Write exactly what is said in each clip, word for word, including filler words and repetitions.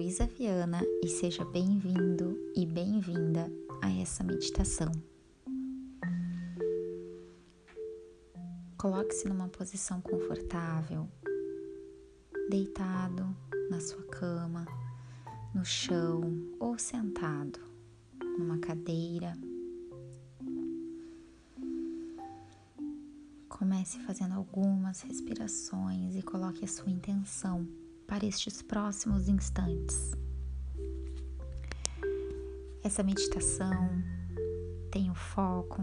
Luísa Viana e seja bem-vindo e bem-vinda a essa meditação. Coloque-se numa posição confortável, deitado na sua cama, no chão ou sentado numa cadeira. Comece fazendo algumas respirações e coloque a sua intenção para estes próximos instantes. Essa meditação tem o foco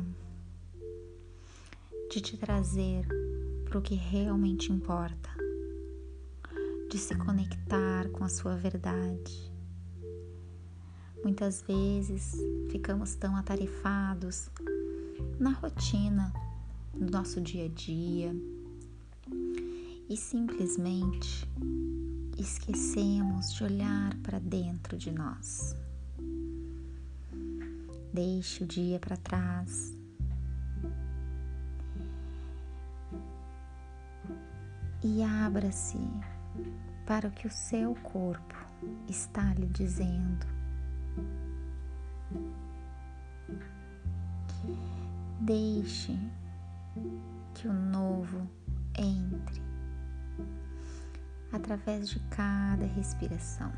de te trazer para o que realmente importa, de se conectar com a sua verdade. Muitas vezes ficamos tão atarefados na rotina do nosso dia a dia e simplesmente esquecemos de olhar para dentro de nós. Deixe o dia para trás. E abra-se para o que o seu corpo está lhe dizendo. Deixe que o novo entre através de cada respiração.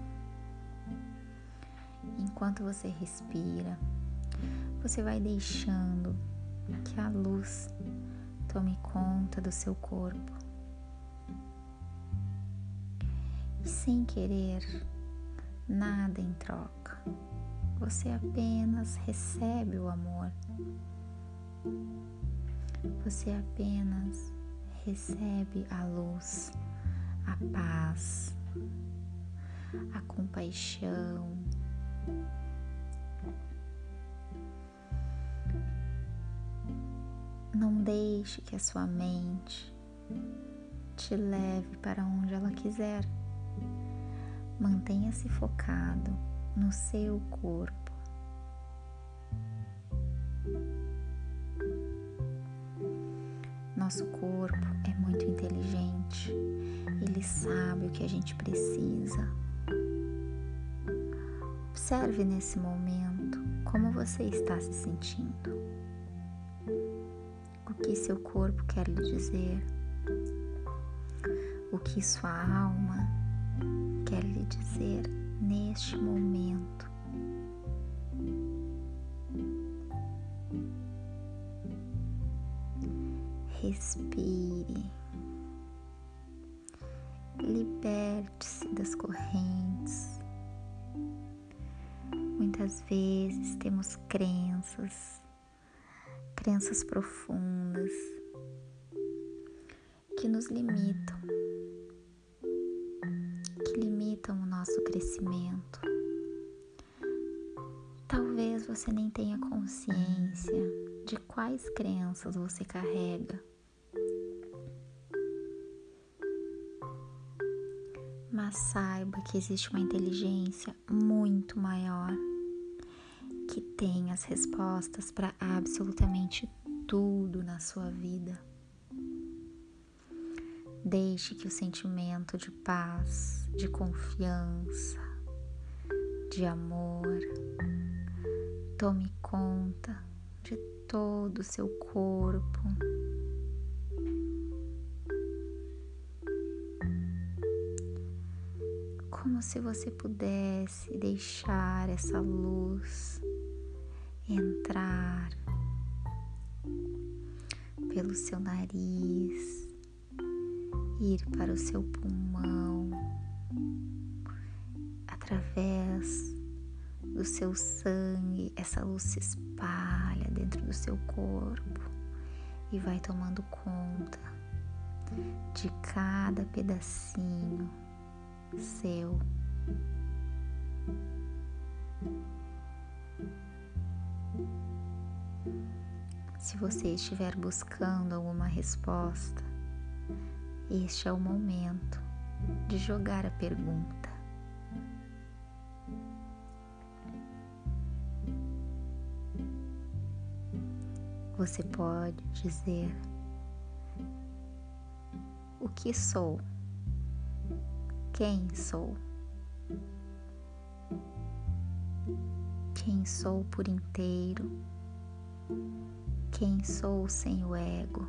Enquanto você respira, você vai deixando que a luz tome conta do seu corpo. E sem querer nada em troca, você apenas recebe o amor. Você apenas recebe a luz, a paz, a compaixão. Não deixe que a sua mente te leve para onde ela quiser. Mantenha-se focado no seu corpo. Nosso corpo é muito inteligente, ele sabe o que a gente precisa. Observe nesse momento como você está se sentindo. O que seu corpo quer lhe dizer? O que sua alma quer lhe dizer neste momento? Respire, liberte-se das correntes. Muitas vezes temos crenças, crenças profundas que nos limitam, que limitam o nosso crescimento. Talvez você nem tenha consciência de quais crenças você carrega. Mas saiba que existe uma inteligência muito maior que tem as respostas para absolutamente tudo na sua vida. Deixe que o sentimento de paz, de confiança, de amor tome conta de todo o seu corpo. Como se você pudesse deixar essa luz entrar pelo seu nariz, ir para o seu pulmão, através do seu sangue. Essa luz se espalha dentro do seu corpo e vai tomando conta de cada pedacinho seu. Se você estiver buscando alguma resposta, este é o momento de jogar a pergunta. Você pode dizer: o que sou? Quem sou? quem sou por inteiro, quem sou sem o ego,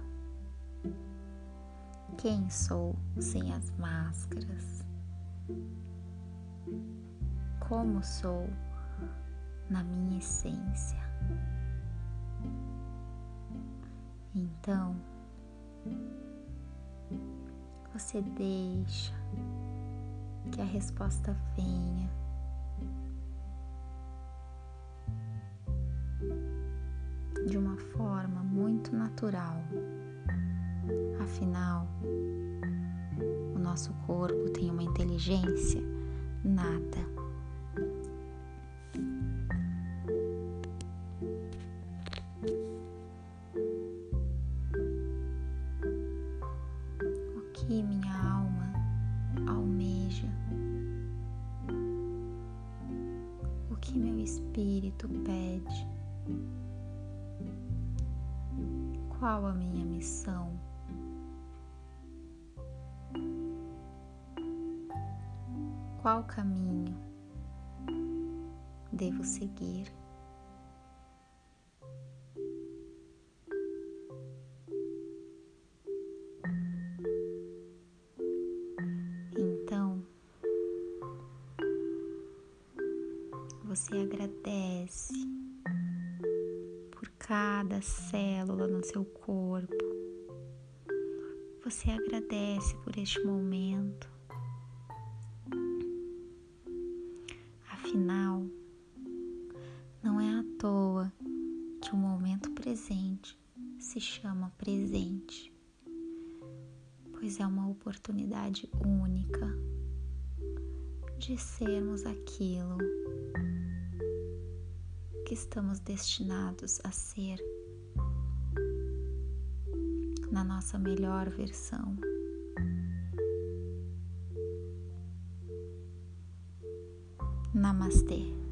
quem sou sem as máscaras, como sou na minha essência. Então, você deixa que a resposta venha de uma forma muito natural. Afinal, o nosso corpo tem uma inteligência nata. O que minha alma almeja, o que meu espírito pede, qual a minha missão? Qual caminho devo seguir? Então, você agradece por cada célula no seu corpo. Você agradece por este momento. Afinal, não é à toa que o momento presente se chama presente, pois é uma oportunidade única de sermos aquilo que estamos destinados a ser na nossa melhor versão. Namastê.